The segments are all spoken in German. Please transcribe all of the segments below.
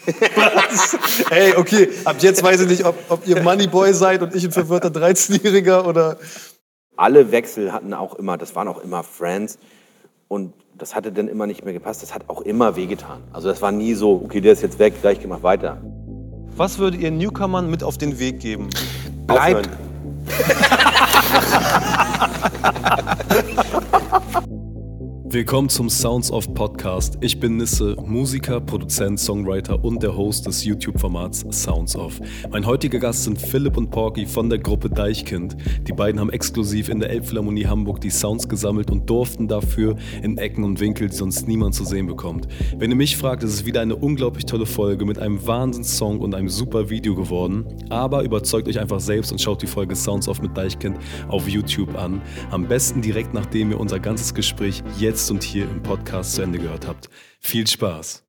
Hey, okay, ab jetzt weiß ich nicht, ob ihr Moneyboy seid und ich ein verwirrter 13-Jähriger oder... Alle Wechsel hatten auch immer, das waren auch immer Friends und das hatte dann immer nicht mehr gepasst, das hat auch immer wehgetan. Also das war nie so, okay, der ist jetzt weg, gleich mach weiter. Was würdet ihr Newcomern mit auf den Weg geben? Bleibt. Willkommen zum Sounds of Podcast. Ich bin Nisse, Musiker, Produzent, Songwriter und der Host des YouTube-Formats Sounds of. Mein heutiger Gast sind Philipp und Porky von der Gruppe Deichkind. Die beiden haben exklusiv in der Elbphilharmonie Hamburg die Sounds gesammelt und durften dafür in Ecken und Winkel, die sonst niemand zu sehen bekommt. Wenn ihr mich fragt, ist es wieder eine unglaublich tolle Folge mit einem Wahnsinnssong und einem super Video geworden. Aber überzeugt euch einfach selbst und schaut die Folge Sounds of mit Deichkind auf YouTube an. Am besten direkt nachdem ihr unser ganzes Gespräch jetzt und hier im Podcast zu Ende gehört habt. Viel Spaß.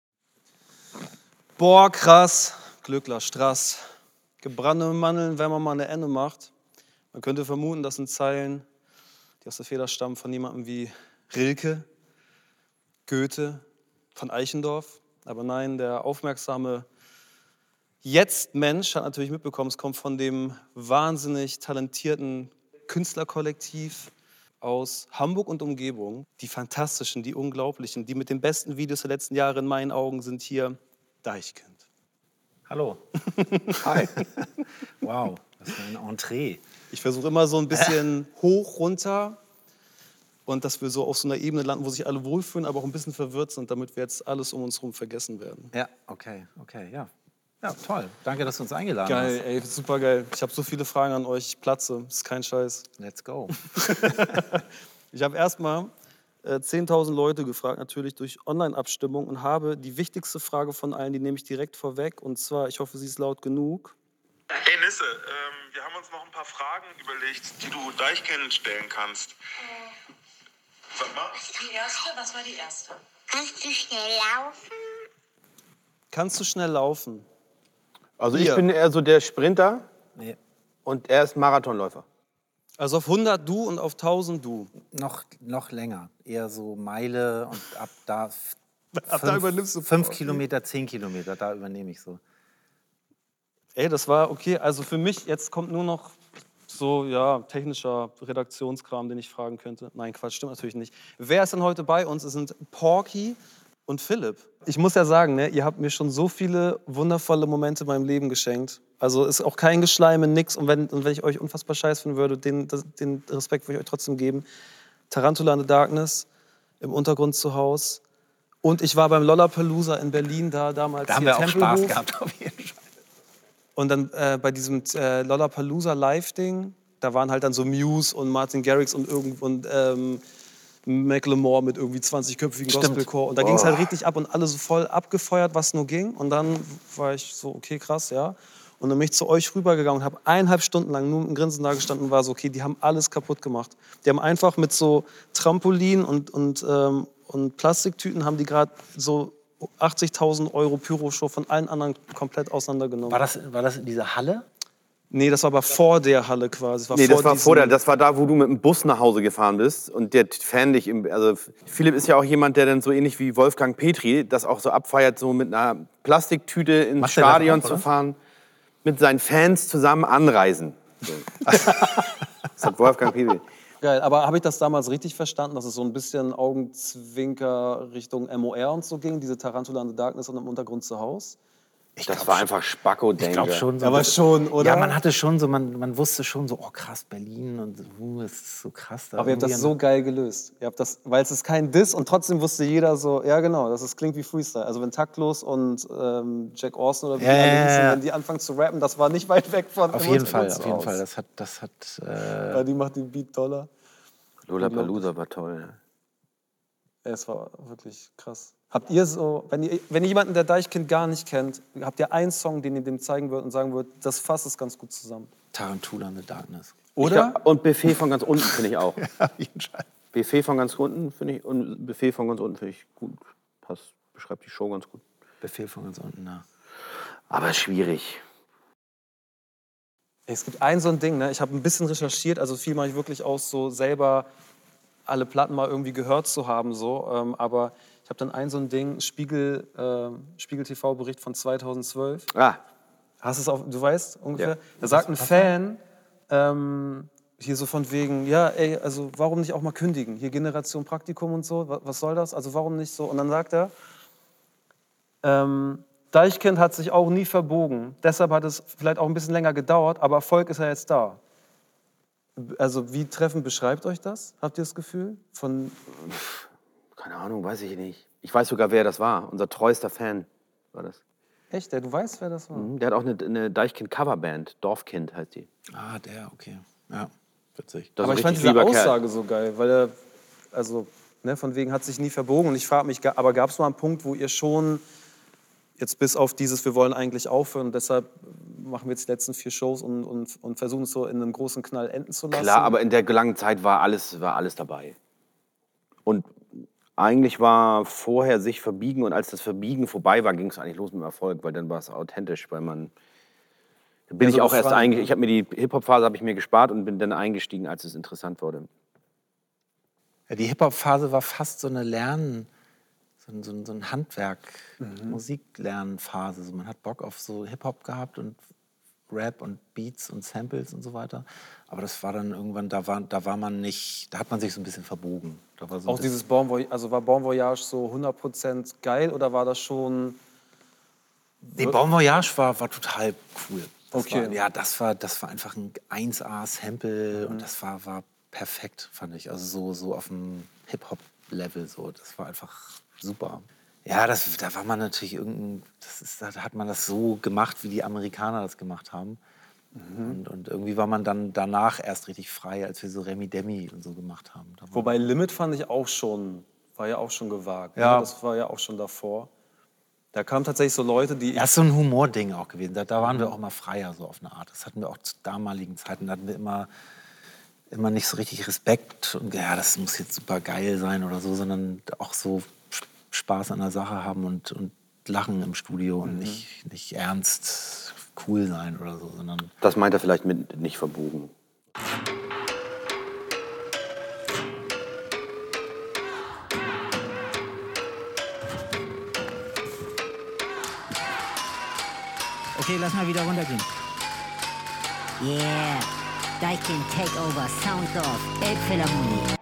Boah, krass. Glückler Strass. Gebrannte Mandeln, wenn man mal eine Ende macht. Man könnte vermuten, das sind Zeilen, die aus der Feder stammen von jemandem wie Rilke, Goethe, von Eichendorff. Aber nein, der aufmerksame Jetzt-Mensch hat natürlich mitbekommen, es kommt von dem wahnsinnig talentierten Künstlerkollektiv aus Hamburg und Umgebung. Die fantastischen, die unglaublichen, die mit den besten Videos der letzten Jahre in meinen Augen sind hier Deichkind. Hallo. Hi. Wow, was für ein Entree. Ich versuche immer so ein bisschen hoch, runter und dass wir so auf so einer Ebene landen, wo sich alle wohlfühlen, aber auch ein bisschen verwirrt sind, damit wir jetzt alles um uns herum vergessen werden. Ja, okay, ja. Ja, toll. Danke, dass du uns eingeladen Geil, hast. ey, super geil. Ich habe so viele Fragen an euch. Ich platze, ist kein Scheiß. Let's go. Ich habe erstmal 10.000 Leute gefragt, natürlich durch Online-Abstimmung und habe die wichtigste Frage von allen, die nehme ich direkt vorweg. Und zwar, ich hoffe, sie ist laut genug. Hey Nisse, wir haben uns noch ein paar Fragen überlegt, die du Deichkind stellen kannst. Sag mal. Was war die erste? Kannst du schnell laufen? Kannst du schnell laufen? Also ich bin eher so der Sprinter Nee, und er ist Marathonläufer. Also auf 100 du und auf 1000 du. noch länger. Eher so Meile und ab da da übernimmst du 5 Kilometer, 10 Kilometer, da übernehme ich so. Ey, das war okay. Also für mich, jetzt kommt nur noch so, ja, technischer Redaktionskram, den ich fragen könnte. Nein, Quatsch, stimmt natürlich nicht. Wer ist denn heute bei uns? Es sind Porky und Philipp. Ich muss ja sagen, ne, ihr habt mir schon so viele wundervolle Momente in meinem Leben geschenkt. Also ist auch kein Geschleime, nix. Und wenn ich euch unfassbar scheiß finden würde, den Respekt würde ich euch trotzdem geben. Tarantula in the Darkness, im Untergrund zu Hause. Und ich war beim Lollapalooza in Berlin, da damals Da haben hier wir auch Tempelhof. Spaß gehabt, auf jeden Fall. Und dann bei diesem Lollapalooza Live-Ding, da waren halt dann so Muse und Martin Garrix und Macklemore mit irgendwie 20-köpfigen Gospelchor. Und da ging es halt richtig ab und alle so voll abgefeuert, was nur ging. Und dann war ich so, okay, krass, ja. Und dann bin ich zu euch rübergegangen und habe 1,5 Stunden lang nur mit dem Grinsen da gestanden und war so, okay, die haben alles kaputt gemacht. Die haben einfach mit so Trampolin und Plastiktüten haben die gerade so 80.000 Euro Pyroshow von allen anderen komplett auseinandergenommen. War das in dieser Halle? Nee, das war aber vor der Halle quasi. Das war da, wo du mit dem Bus nach Hause gefahren bist und der Fan dich, also Philipp ist ja auch jemand, der dann so ähnlich wie Wolfgang Petri das auch so abfeiert, so mit einer Plastiktüte ins Macht der das Stadion auch, zu oder? fahren, mit seinen Fans zusammen anreisen. So. Das hat Wolfgang Petri. Geil, aber habe ich das damals richtig verstanden, dass es so ein bisschen Augenzwinker Richtung MOR und so ging, diese Tarantula in the Darkness und im Untergrund zu Hause? Das war einfach Spacko-Danger. Ich glaube schon. So Aber schon, oder? Ja, man hatte schon so, man wusste schon so, oh krass, Berlin und es ist so krass. Da Aber ihr habt das irgendwie so geil gelöst. Ihr habt das, weil es ist kein Diss und trotzdem wusste jeder so, ja genau, klingt wie Freestyle. Also wenn Taktlos und Jack Orson oder wie die alle hießen, wenn die anfangen zu rappen, das war nicht weit weg von Auf jeden Fall. Das hat ja, die macht den Beat doller. Lollapalooza war toll. Ja. Es war wirklich krass. Habt ihr so, wenn ihr jemanden, der Deichkind gar nicht kennt, habt ihr einen Song, den ihr dem zeigen würdet und sagen würdet, das fasst es ganz gut zusammen? Tarantula in the Darkness. Oder? Und Buffet von ganz unten finde ich auch. Ja, jeden Scheiß. Buffet von ganz unten finde ich und Buffet von ganz unten finde ich gut. Beschreibt die Show ganz gut. Befehl von ganz unten, ja. Aber schwierig. Es gibt so ein Ding, ne? Ich habe ein bisschen recherchiert, also viel mache ich wirklich aus, so selber alle Platten mal irgendwie gehört zu haben, so. Aber ich habe dann so ein Ding, Spiegel TV-Bericht von 2012. Ah, Hast du es auch, du weißt ungefähr? Ja. Da sagt ein Fan, hier so von wegen, ja, ey, also warum nicht auch mal kündigen? Hier Generation Praktikum und so, was soll das? Also warum nicht so? Und dann sagt er, Deichkind hat sich auch nie verbogen. Deshalb hat es vielleicht auch ein bisschen länger gedauert, aber Erfolg ist ja jetzt da. Also wie treffend beschreibt euch das? Habt ihr das Gefühl? keine Ahnung, weiß ich nicht. Ich weiß sogar, wer das war. Unser treuester Fan war das. Echt, du weißt, wer das war? Der hat auch eine Deichkind-Coverband. Dorfkind heißt die. Ah, der, okay. Ja, witzig. Das Aber ist ich ein fand richtig diese lieber Kerl. Aussage so geil, weil er, also, ne, von wegen hat sich nie verbogen. Und ich frage mich, aber gab es mal einen Punkt, wo ihr schon, jetzt bis auf dieses, wir wollen eigentlich aufhören, und deshalb machen wir jetzt die letzten 4 Shows und versuchen es so in einem großen Knall enden zu lassen? Klar, aber in der langen Zeit war alles dabei. Und eigentlich war vorher sich verbiegen und als das Verbiegen vorbei war, ging es eigentlich los mit dem Erfolg, weil dann war es authentisch, weil man... Da bin Ja, so ich auch erst befreien, ich habe mir die Hip-Hop-Phase habe ich mir gespart und bin dann eingestiegen, als es interessant wurde. Ja, die Hip-Hop-Phase war fast so eine so ein Handwerk, Musiklernphase. So, man hat Bock auf so Hip-Hop gehabt und Rap und Beats und Samples und so weiter. Aber das war dann irgendwann, da war man nicht, da hat man sich so ein bisschen verbogen. Da war so ein Auch bisschen- dieses Bon Voyage, also war Bon Voyage so 100% geil oder war das schon... Nee, Bon Voyage war total cool. Okay. Das war einfach ein 1A-Sample und das war perfekt, fand ich. Also so auf dem Hip-Hop-Level so. Das war einfach super. Ja, da war man natürlich da hat man das so gemacht, wie die Amerikaner das gemacht haben. Und irgendwie war man dann danach erst richtig frei, als wir so Remi Demi und so gemacht haben. Wobei Limit fand ich auch schon, war ja auch schon gewagt. Ja. Ne? Das war ja auch schon davor. Da kamen tatsächlich so Leute, die... Das ist so ein Humording auch gewesen. Da waren wir auch mal freier, so auf eine Art. Das hatten wir auch zu damaligen Zeiten. Da hatten wir immer nicht so richtig Respekt. Und ja, das muss jetzt super geil sein oder so, sondern auch so Spaß an der Sache haben und lachen im Studio und nicht ernst cool sein oder so, sondern... Das meint er vielleicht mit nicht verbogen. Okay, lass mal wieder runtergehen. Yeah, Deichkind Takeover, Sound of Elbphilharmonie.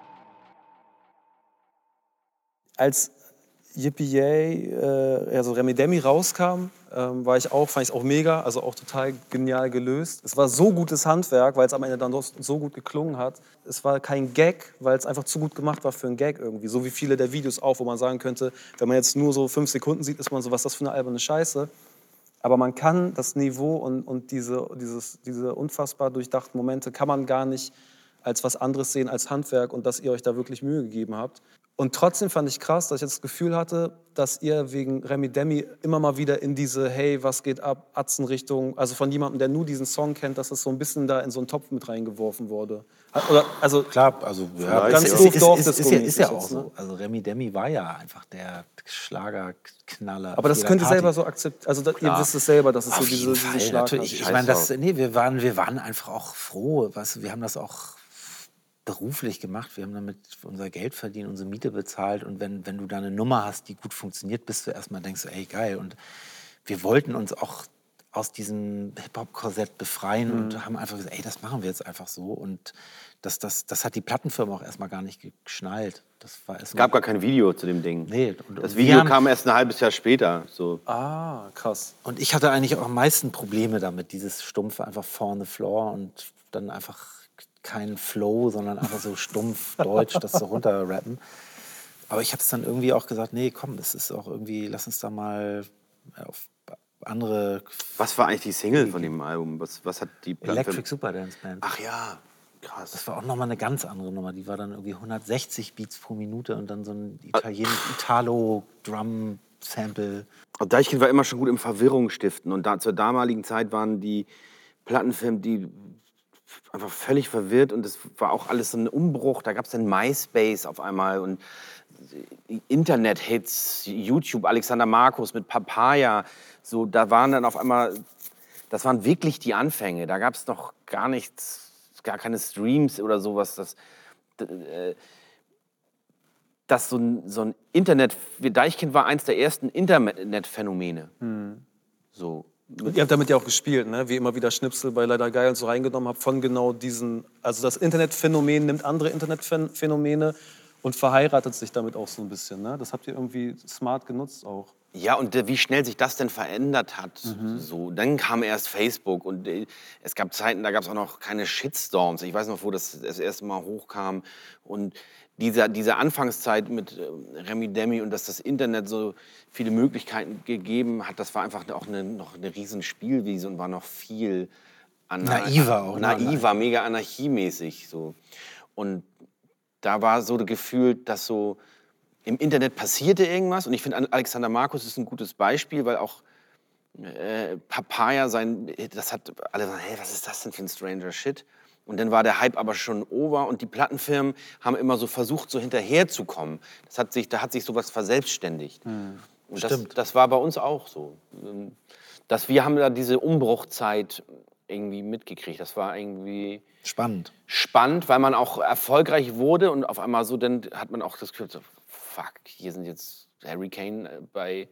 Als Yippie also Remi Demi rauskam, fand ich es auch mega, also auch total genial gelöst. Es war so gutes Handwerk, weil es am Ende dann doch so gut geklungen hat. Es war kein Gag, weil es einfach zu gut gemacht war für einen Gag irgendwie. So wie viele der Videos auch, wo man sagen könnte, wenn man jetzt nur so 5 Sekunden sieht, ist man so, was ist das für eine alberne Scheiße. Aber man kann das Niveau und diese unfassbar durchdachten Momente kann man gar nicht als was anderes sehen als Handwerk und dass ihr euch da wirklich Mühe gegeben habt. Und trotzdem fand ich krass, dass ich das Gefühl hatte, dass ihr wegen Remi Demi immer mal wieder in diese hey, was geht ab, Atzen-Richtung, also von jemandem, der nur diesen Song kennt, dass es so ein bisschen da in so einen Topf mit reingeworfen wurde. Oder, also Klar, also ja, ganz es doof ist Dorfdisco-mäßig ja auch jetzt, ne? so. Also Remi Demi war ja einfach der Schlagerknaller. Aber das auf könnt ihr jeder selber Party. so akzeptieren, also ihr wisst es selber, dass es so Auf diese jeden Fall, Schlag natürlich. hat. Ich meine, wir waren einfach auch froh. Weißt du, wir haben das auch beruflich gemacht. Wir haben damit unser Geld verdient, unsere Miete bezahlt. Und wenn du da eine Nummer hast, die gut funktioniert, bist du erstmal denkst, ey, geil. Und wir wollten uns auch aus diesem Hip-Hop-Korsett befreien und haben einfach gesagt, ey, das machen wir jetzt einfach so. Und das hat die Plattenfirma auch erstmal gar nicht geschnallt. Das war Es gab gar kein Video zu dem Ding. Nee, Das wir Video haben- kam erst ein halbes Jahr später. So. Ah, krass. Und ich hatte eigentlich auch am meisten Probleme damit, dieses stumpfe einfach on the floor und dann einfach kein Flow, sondern einfach so stumpf Deutsch, das so runterrappen. Aber ich habe es dann irgendwie auch gesagt, nee, komm, das ist auch irgendwie, lass uns da mal auf andere... Was war eigentlich die Single von dem Album? Was hat die Electric Superdance Band. Ach ja, krass. Das war auch nochmal eine ganz andere Nummer. Die war dann irgendwie 160 Beats pro Minute und dann so ein Italo-Drum-Sample. Und Deichkind war immer schon gut im Verwirrung stiften. Und zur damaligen Zeit waren die Plattenfirmen, die einfach völlig verwirrt. Und es war auch alles so ein Umbruch. Da gab es dann MySpace auf einmal und Internet-Hits, YouTube, Alexander Markus mit Papaya. So, da waren dann auf einmal, das waren wirklich die Anfänge. Da gab es noch gar nichts, gar keine Streams oder sowas. dass so ein Internet, Deichkind war eins der ersten Internetphänomene. So. Und ihr habt damit ja auch gespielt, ne? Wie immer wieder Schnipsel bei Leider Geil und so reingenommen habt von genau diesen, also das Internetphänomen nimmt andere Internetphänomene und verheiratet sich damit auch so ein bisschen, ne? Das habt ihr irgendwie smart genutzt auch. Ja, und wie schnell sich das denn verändert hat. So, dann kam erst Facebook und es gab Zeiten, da gab es auch noch keine Shitstorms. Ich weiß noch, wo das erste Mal hochkam. Und diese Anfangszeit mit Remi Demi und dass das Internet so viele Möglichkeiten gegeben hat, das war einfach auch noch eine riesen Spielwiese und war noch viel Naiver auch. Naiver, mega anarchiemäßig. So. Und da war so das Gefühl, dass so im Internet passierte irgendwas. Und ich finde, Alexander Markus ist ein gutes Beispiel, weil auch Papaya das hat alle gesagt, hey, was ist das denn für ein stranger Shit? Und dann war der Hype aber schon over und die Plattenfirmen haben immer so versucht, so hinterherzukommen. Da hat sich sowas verselbstständigt. Und das war bei uns auch so. Wir haben da diese Umbruchzeit irgendwie mitgekriegt. Das war irgendwie Spannend, weil man auch erfolgreich wurde und auf einmal so, dann hat man auch das Gefühl, so, fuck, hier sind jetzt Harry Kane bei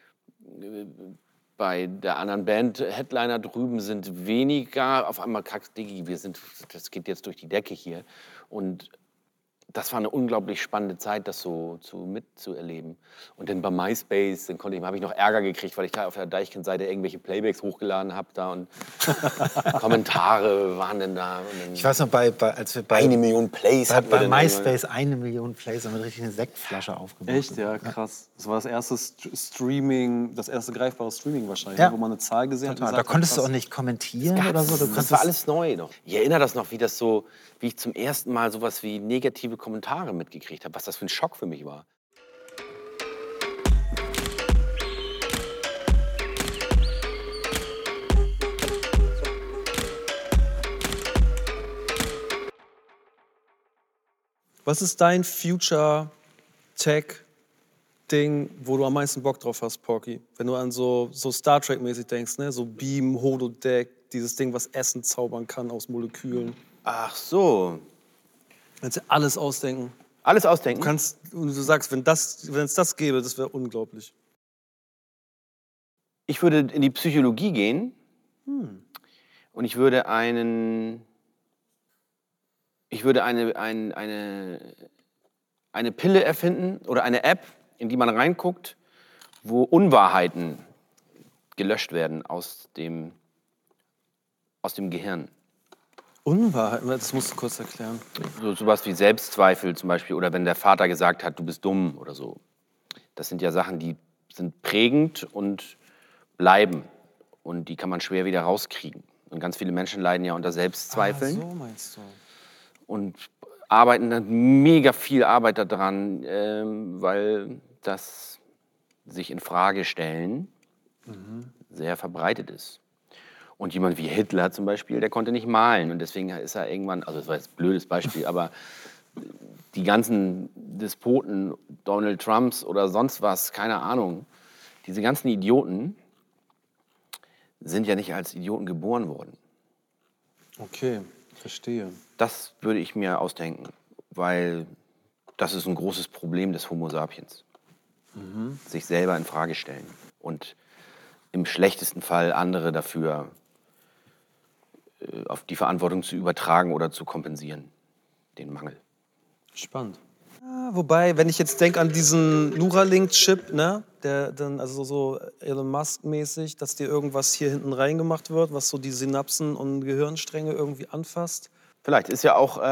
der anderen Band, Headliner drüben sind weniger, auf einmal kack, Diggi, das geht jetzt durch die Decke hier. Und das war eine unglaublich spannende Zeit, das so mitzuerleben. Und dann bei MySpace, habe ich noch Ärger gekriegt, weil ich da auf der Deichkind-Seite irgendwelche Playbacks hochgeladen habe da und Kommentare waren dann da. Und dann Ich weiß noch, als wir 1 Million Plays hatten wir bei dann MySpace 1 Million Plays haben wir richtig eine Sektflasche aufgemacht. Echt? Ja, krass. Das war das erste Streaming, das erste greifbare Streaming wahrscheinlich, Ja. wo man eine Zahl gesehen hat. und Da gesagt hat, konntest du krass. auch nicht kommentieren oder so. Das war alles neu noch. Ich erinnere das noch, wie ich zum ersten Mal sowas wie negative Kommentare mitgekriegt habe, was das für ein Schock für mich war. Was ist dein Future-Tech-Ding, wo du am meisten Bock drauf hast, Porky? Wenn du an so Star Trek-mäßig denkst, ne? So Beam, Holodeck, dieses Ding, was Essen zaubern kann aus Molekülen. Ach so. Kannst dir alles ausdenken. Alles ausdenken? Du sagst, wenn es das gäbe, das wäre unglaublich. Ich würde in die Psychologie gehen und ich würde eine Pille erfinden oder eine App, in die man reinguckt, wo Unwahrheiten gelöscht werden aus dem Gehirn. Unwahrheit? Das musst du kurz erklären. Sowas wie Selbstzweifel zum Beispiel oder wenn der Vater gesagt hat, du bist dumm oder so. Das sind ja Sachen, die sind prägend und bleiben und die kann man schwer wieder rauskriegen. Und ganz viele Menschen leiden ja unter Selbstzweifeln. So meinst du. Und arbeiten dann mega viel Arbeit daran, weil das sich in Frage stellen sehr verbreitet ist. Und jemand wie Hitler zum Beispiel, der konnte nicht malen und deswegen ist er irgendwann, also das war jetzt ein blödes Beispiel, aber die ganzen Despoten, Donald Trumps oder sonst was, keine Ahnung, diese ganzen Idioten sind ja nicht als Idioten geboren worden. Okay, verstehe. Das würde ich mir ausdenken, weil das ist ein großes Problem des Homo sapiens. Sich selber in Frage stellen und im schlechtesten Fall andere dafür auf die Verantwortung zu übertragen oder zu kompensieren, den Mangel. Spannend. Wobei, wenn ich jetzt denke an diesen Neuralink-Chip, ne, der dann also so Elon Musk-mäßig, dass dir irgendwas hier hinten reingemacht wird, was so die Synapsen und Gehirnstränge irgendwie anfasst. Vielleicht ist ja auch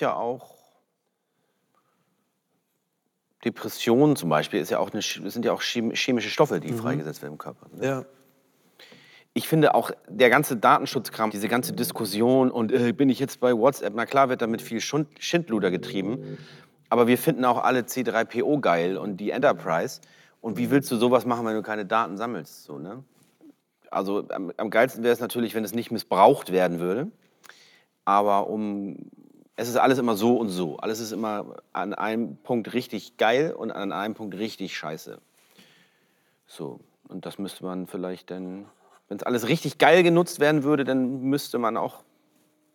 Depressionen zum Beispiel sind ja auch chemische Stoffe, die freigesetzt werden im Körper. Ne? Ja. Ich finde auch, der ganze Datenschutzkram, diese ganze Diskussion und bin ich jetzt bei WhatsApp, na klar wird damit viel Schindluder getrieben, aber wir finden auch alle C3PO geil und die Enterprise. Und wie willst du sowas machen, wenn du keine Daten sammelst? So, ne? Also am geilsten wäre es natürlich, wenn es nicht missbraucht werden würde, aber es ist alles immer so und so. Alles ist immer an einem Punkt richtig geil und an einem Punkt richtig scheiße. So, und das müsste man vielleicht dann... Wenn es alles richtig geil genutzt werden würde, dann müsste man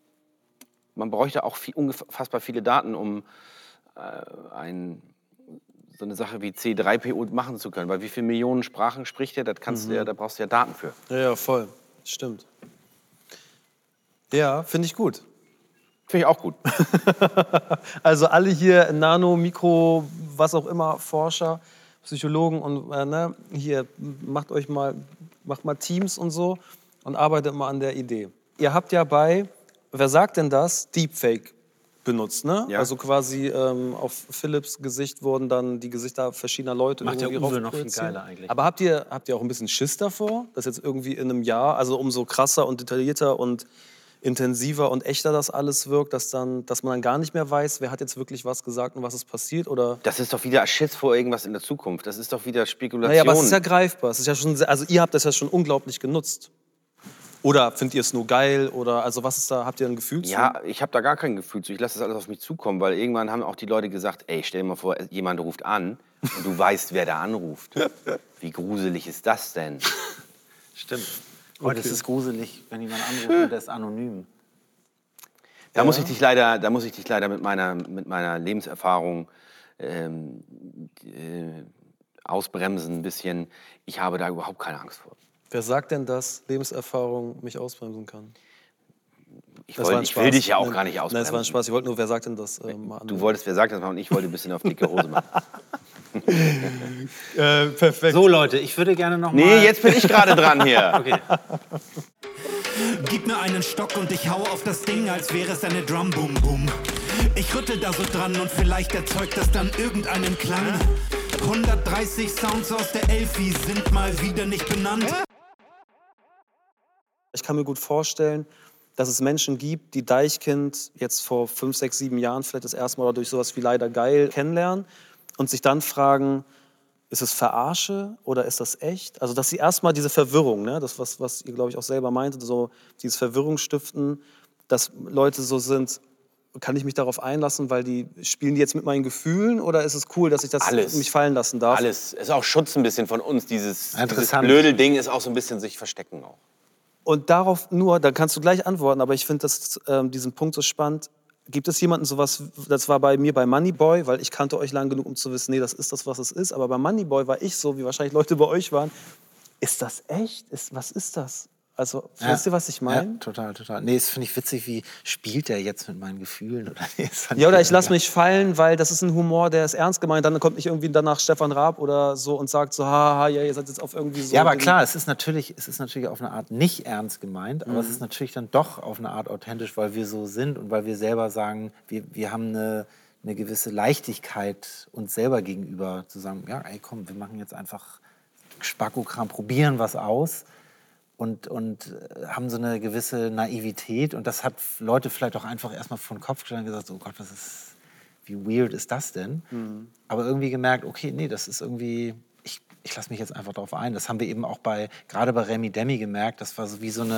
bräuchte auch unfassbar viele Daten, um ein so eine Sache wie C3PO machen zu können. Weil wie viele Millionen Sprachen spricht der? Das kannst du ja, da brauchst du ja Daten für. Ja, voll. Stimmt. Ja, finde ich gut. Finde ich auch gut. Also alle hier Nano, Mikro, was auch immer, Forscher, Psychologen und ne, hier macht mal Teams und so und arbeitet mal an der Idee. Ihr habt ja bei, wer sagt denn das, Deepfake benutzt, ne? Ja. Also quasi auf Philips Gesicht wurden dann die Gesichter verschiedener Leute Macht der irgendwie Uwe noch viel raufprojiziert. geiler eigentlich. Aber habt ihr auch ein bisschen Schiss davor, dass jetzt irgendwie in einem Jahr, also umso krasser und detaillierter und intensiver und echter das alles wirkt, dass man dann gar nicht mehr weiß, wer hat jetzt wirklich was gesagt und was ist passiert? Oder? Das ist doch wieder Schiss vor irgendwas in der Zukunft. Das ist doch wieder Spekulation. Naja, aber es ist ja greifbar. Es ist ja schon, also ihr habt das ja schon unglaublich genutzt. Oder findet ihr es nur geil? Oder also was ist da, habt ihr ein Gefühl zu? Ja, ich habe da gar kein Gefühl zu. Ich lasse das alles auf mich zukommen, weil irgendwann haben auch die Leute gesagt, ey, stell dir mal vor, jemand ruft an und du weißt, wer da anruft. Wie gruselig ist das denn? Stimmt. Heute ist es gruselig, wenn jemand anruft und der ist anonym. Da muss ich dich leider mit meiner Lebenserfahrung ausbremsen ein bisschen. Ich habe da überhaupt keine Angst vor. Wer sagt denn, dass Lebenserfahrung mich ausbremsen kann? Ich will dich ja auch gar nicht ausbremsen. Nein, das war ein Spaß. Ich wollte nur, wer sagt denn das? Du wolltest, wer sagt das mal, und ich wollte ein bisschen auf dicke Hose machen. Perfekt. So Leute, ich würde gerne noch mal... Nee, jetzt bin ich gerade dran hier. Okay. Gib mir einen Stock und ich hau auf das Ding, als wäre es eine Drum Boom Boom. Ich rüttel da so dran und vielleicht erzeugt das dann irgendeinen Klang. 130 Sounds aus der Elfi sind mal wieder nicht benannt. Ich kann mir gut vorstellen, dass es Menschen gibt, die Deichkind jetzt vor 5, 6, 7 Jahren vielleicht das erste Mal oder durch sowas wie Leider Geil kennenlernen und sich dann fragen, ist es Verarsche oder ist das echt? Also dass sie erstmal diese Verwirrung, ne, das was ihr glaube ich auch selber meintet, so dieses Verwirrung stiften, dass Leute so sind, kann ich mich darauf einlassen, weil die spielen die jetzt mit meinen Gefühlen oder ist es cool, dass ich das mich fallen lassen darf? Alles. Ist auch Schutz ein bisschen von uns. Dieses Blödel-Ding ist auch so ein bisschen sich verstecken auch. Und darauf da kannst du gleich antworten, aber ich finde diesen Punkt so spannend. Gibt es jemanden sowas, das war bei mir bei Moneyboy, weil ich kannte euch lang genug, um zu wissen, nee, das ist das, was es ist. Aber bei Moneyboy war ich so, wie wahrscheinlich Leute bei euch waren. Ist das echt? Was ist das? Also, wisst ihr, was ich meine? Ja, total. Nee, das finde ich witzig, wie spielt der jetzt mit meinen Gefühlen? Oder ich lasse mich fallen, weil das ist ein Humor, der ist ernst gemeint. Dann kommt nicht irgendwie danach Stefan Raab oder so und sagt so, haha, ja, ihr seid jetzt auf irgendwie so... Ja, aber klar, es ist natürlich auf eine Art nicht ernst gemeint, aber es ist natürlich dann doch auf eine Art authentisch, weil wir so sind und weil wir selber sagen, wir haben eine gewisse Leichtigkeit uns selber gegenüber, zu sagen, ja, ey, komm, wir machen jetzt einfach Spackokram, probieren was aus. Und haben so eine gewisse Naivität. Und das hat Leute vielleicht auch einfach erstmal vor den Kopf gestellt und gesagt, oh Gott, wie weird ist das denn? Mhm. Aber irgendwie gemerkt, okay, nee, das ist irgendwie, ich lasse mich jetzt einfach darauf ein. Das haben wir eben auch gerade bei Remi Demi gemerkt, das war so wie so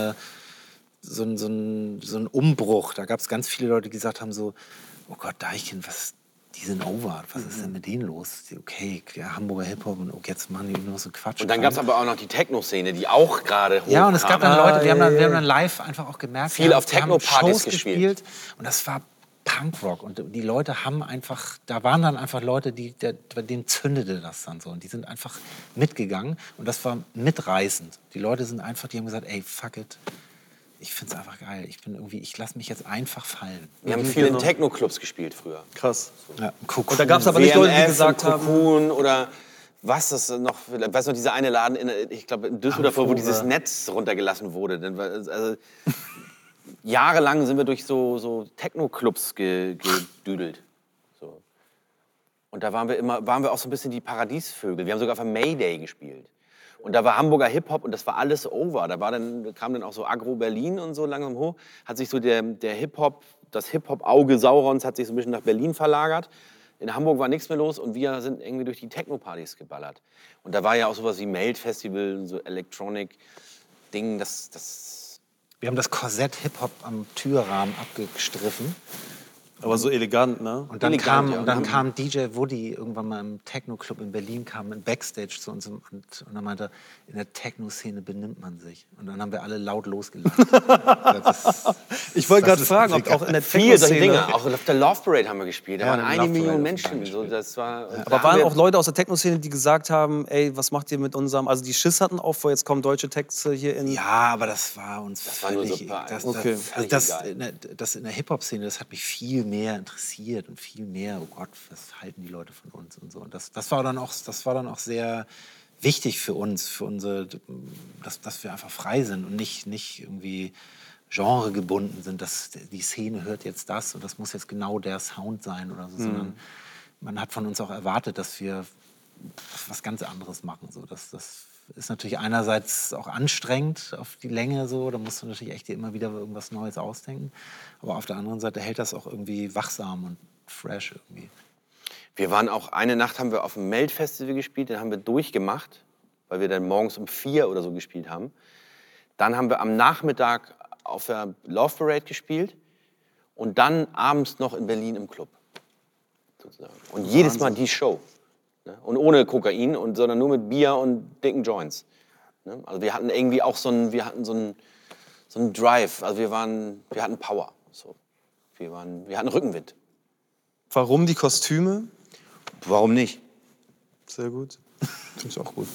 ein Umbruch. Da gab es ganz viele Leute, die gesagt haben so, oh Gott, Deichkind, die sind over. Was ist denn mit denen los? Okay, ja, Hamburger Hip-Hop und jetzt machen die nur so Quatsch. Und dann gab es aber auch noch die Techno-Szene, die auch gerade hochkam. Ja, und es gab dann Leute, wir haben dann live einfach auch gemerkt, viel auf Techno-Partys gespielt. Und das war Punkrock. Und die Leute haben einfach, da waren dann einfach Leute, bei denen zündete das dann so. Und die sind einfach mitgegangen. Und das war mitreißend. Die Leute sind einfach, die haben gesagt, ey, fuck it. Ich finde es einfach geil. Ich lasse mich jetzt einfach fallen. Wir haben viel in Techno-Clubs gespielt früher. Krass. Ja, und da gab es aber nicht Leute, die gesagt haben... Oder was das noch... Weißt du noch, dieser eine Laden, ich glaube in Düsseldorf, wo dieses Netz runtergelassen wurde. Also, jahrelang sind wir durch so Techno-Clubs gedüdelt. So. Und da waren wir auch so ein bisschen die Paradiesvögel. Wir haben sogar auf einem Mayday gespielt. Und da war Hamburger Hip-Hop und das war alles over. Da kam dann auch so Agro Berlin und so langsam hoch. Hat sich so das Hip-Hop-Auge Saurons hat sich so ein bisschen nach Berlin verlagert. In Hamburg war nichts mehr los und wir sind irgendwie durch die Techno-Partys geballert. Und da war ja auch sowas wie Melt-Festival, so Aber so elegant, ne? Und dann, Elegant, ja. und dann kam DJ Woody irgendwann mal im Techno-Club in Berlin, kam in Backstage zu uns und dann meinte, in der Techno-Szene benimmt man sich. Und dann haben wir alle laut losgelacht. Ich wollte gerade fragen, ob auch in der Viele solche Techno-Szene... Dinge. Auch auf der Love Parade haben wir gespielt. Da Ja, waren im 1 Love Million Parade Menschen. auf So, das war, Aber waren auch Leute aus der Techno-Szene, die gesagt haben, ey, was macht ihr mit unserem... Also die Schiss hatten auch vor, jetzt kommen deutsche Texte hier in... Ja, aber das war uns war nur völlig... super. Okay. Das in der Hip-Hop-Szene, das hat mich viel mehr interessiert und viel mehr, oh Gott, was halten die Leute von uns und so. Und das war dann auch sehr wichtig für uns, dass wir einfach frei sind und nicht irgendwie genregebunden sind, dass die Szene hört jetzt das und das muss jetzt genau der Sound sein oder so, sondern man hat von uns auch erwartet, dass wir was ganz anderes machen. So. Das ist natürlich einerseits auch anstrengend auf die Länge, so. Da musst du natürlich echt dir immer wieder irgendwas Neues ausdenken. Aber auf der anderen Seite hält das auch irgendwie wachsam und fresh irgendwie. Wir waren auch, eine Nacht haben wir auf dem Melt-Festival gespielt, den haben wir durchgemacht, weil wir dann morgens um 4 oder so gespielt haben. Dann haben wir am Nachmittag auf der Love Parade gespielt und dann abends noch in Berlin im Club. Sozusagen. Und jedes Mal die Show. Ne? Und ohne Kokain, sondern nur mit Bier und dicken Joints. Ne? Also wir hatten irgendwie auch so einen Drive, also wir hatten Power. So. Wir hatten Rückenwind. Warum die Kostüme? Warum nicht? Sehr gut. Finde ich auch gut.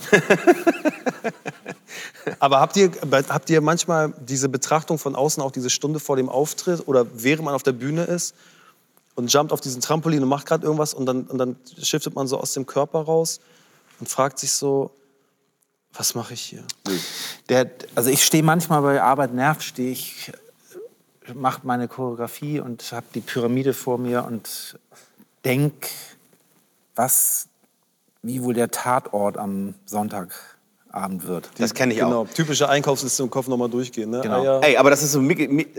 Aber habt ihr manchmal diese Betrachtung von außen, auch diese Stunde vor dem Auftritt oder während man auf der Bühne ist und jumpt auf diesen Trampolin und macht gerade irgendwas und dann shiftet man so aus dem Körper raus und fragt sich so, was mache ich hier? Also ich stehe manchmal bei Arbeit nervt, mache meine Choreografie und habe die Pyramide vor mir und denk, wie wohl der Tatort am Sonntagabend wird. Das kenne ich auch. Genau, typische Einkaufsliste im Kopf nochmal durchgehen. Ne? Genau. Eier. Ey, aber das ist so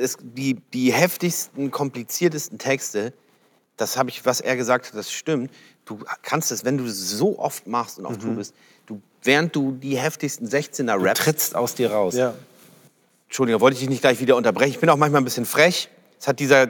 die heftigsten, kompliziertesten Texte. Das habe ich, was er gesagt hat, das stimmt. Du kannst es, wenn du es so oft machst und auf Tour bist, während du die heftigsten 16er Du rappst, trittst aus dir raus. Ja. Entschuldigung, wollte ich dich nicht gleich wieder unterbrechen. Ich bin auch manchmal ein bisschen frech. Das hat dieser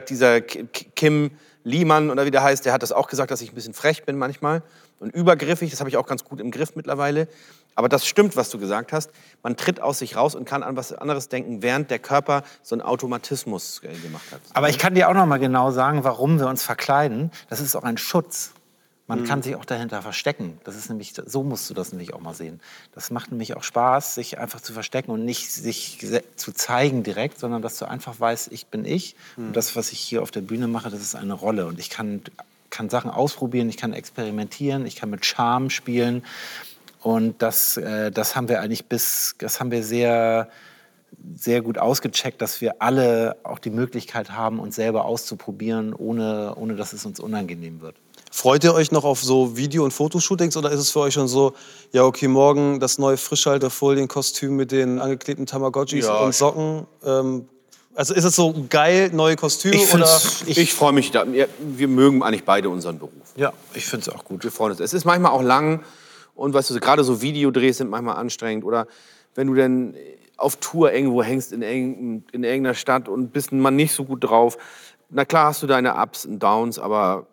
Kim Liemann oder wie der heißt, der hat das auch gesagt, dass ich ein bisschen frech bin manchmal und übergriffig. Das habe ich auch ganz gut im Griff mittlerweile. Aber das stimmt, was du gesagt hast. Man tritt aus sich raus und kann an was anderes denken, während der Körper so einen Automatismus gemacht hat. Aber ich kann dir auch noch mal genau sagen, warum wir uns verkleiden. Das ist auch ein Schutz. Man kann sich auch dahinter verstecken. Das ist nämlich, so musst du das nämlich auch mal sehen. Das macht nämlich auch Spaß, sich einfach zu verstecken und nicht sich zu zeigen direkt, sondern dass du einfach weißt, ich bin ich. Und das, was ich hier auf der Bühne mache, das ist eine Rolle. Und ich kann Sachen ausprobieren, ich kann experimentieren, ich kann mit Charme spielen. Und das haben wir eigentlich das haben wir sehr, sehr gut ausgecheckt, dass wir alle auch die Möglichkeit haben, uns selber auszuprobieren, ohne dass es uns unangenehm wird. Freut ihr euch noch auf so Video- und Fotoshootings oder ist es für euch schon so, ja okay, morgen das neue Frischhaltefolienkostüm mit den angeklebten Tamagotchis und Socken? Also ist es so geil, neue Kostüme? Ich freue mich da. Wir mögen eigentlich beide unseren Beruf. Ja, ich finde es auch gut. Wir freuen uns. Es ist manchmal auch lang und weißt du, gerade so Videodrehs sind manchmal anstrengend. Oder wenn du dann auf Tour irgendwo hängst in irgendeiner Stadt und bist mal nicht so gut drauf. Na klar hast du deine Ups und Downs, aber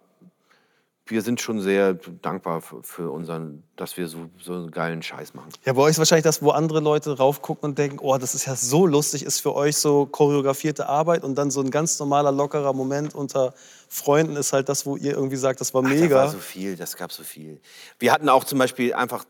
wir sind schon sehr dankbar für dass wir so einen geilen Scheiß machen. Ja, bei euch ist wahrscheinlich das, wo andere Leute raufgucken und denken, oh, das ist ja so lustig, ist für euch so choreografierte Arbeit und dann so ein ganz normaler, lockerer Moment unter Freunden ist halt das, wo ihr irgendwie sagt, das war mega. Das gab so viel. Wir hatten auch zum Beispiel einfach,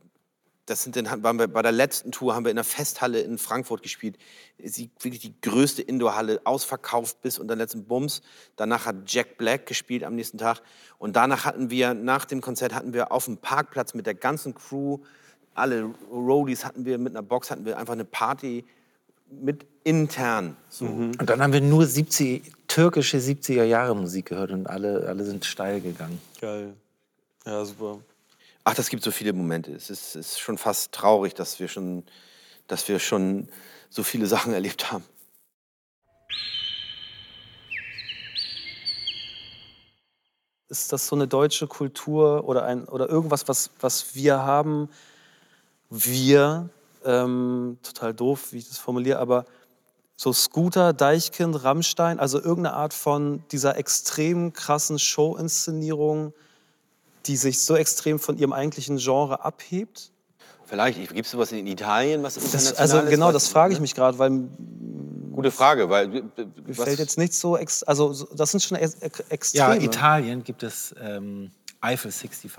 waren wir bei der letzten Tour, haben wir in der Festhalle in Frankfurt gespielt. Wirklich die größte Indoor-Halle, ausverkauft bis unter den letzten Bums. Danach hat Jack Black gespielt am nächsten Tag. Und nach dem Konzert hatten wir auf dem Parkplatz mit der ganzen Crew, alle Roadies mit einer Box, hatten wir einfach eine Party mit intern. So. Und dann haben wir nur türkische 70er-Jahre-Musik gehört und alle sind steil gegangen. Geil. Ja, super. Ach, das gibt so viele Momente. Es ist schon fast traurig, dass wir schon so viele Sachen erlebt haben. Ist das so eine deutsche Kultur oder irgendwas, was wir haben? Total doof, wie ich das formuliere, aber So Scooter, Deichkind, Rammstein, also irgendeine Art von dieser extrem krassen Show-Inszenierung, die sich so extrem von ihrem eigentlichen Genre abhebt? Vielleicht. Gibt es sowas in Italien, was international ist? Also genau, das frage ich mich gerade, weil... Gute Frage, weil... Mir fällt jetzt nicht so... Also das sind schon Extreme. Ja, Italien gibt es Eiffel 65.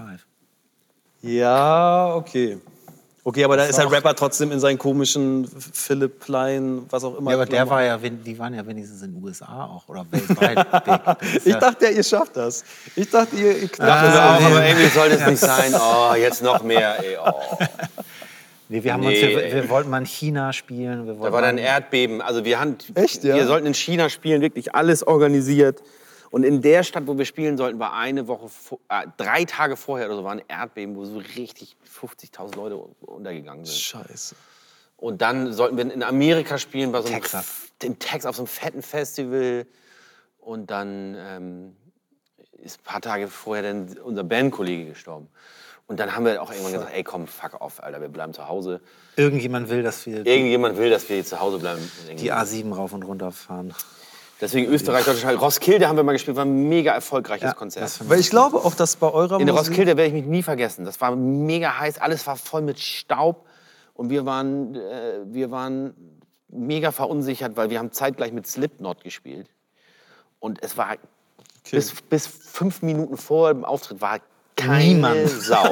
Ja, okay. Okay, aber da ist der Rapper trotzdem in seinen komischen Philipp Plein, was auch immer. Ja, aber die waren ja wenigstens in den USA auch oder weltweit. Ich dachte, ihr schafft das. Ich dachte, ihr knackt das auch, aber irgendwie sollte es nicht sein. Oh, jetzt noch mehr, ey. Oh. Nee, wir wollten mal in China spielen. Da war dann ein Erdbeben. Also Echt, ja? Wir sollten in China spielen, wirklich alles organisiert. Und in der Stadt, wo wir spielen sollten, war 3 Tage vorher oder so, war ein Erdbeben, wo so richtig 50.000 Leute untergegangen sind. Scheiße. Und dann sollten wir in Amerika spielen, bei so einem in Texas auf so einem fetten Festival. Und dann ist ein paar Tage vorher dann unser Bandkollege gestorben. Und dann haben wir auch irgendwann gesagt, ey komm, fuck off, Alter, wir bleiben zu Hause. Irgendjemand will, dass wir hier zu Hause bleiben. Die A7 rauf und runter fahren. Deswegen Österreich, Deutschland, Roskilde haben wir mal gespielt, war ein mega erfolgreiches Konzert. Weil ich glaube auch, dass bei eurer In Musik... Roskilde werde ich mich nie vergessen. Das war mega heiß, alles war voll mit Staub. Und wir waren mega verunsichert, weil wir haben zeitgleich mit Slipknot gespielt. Und es war bis 5 Minuten vor dem Auftritt war keine Sau.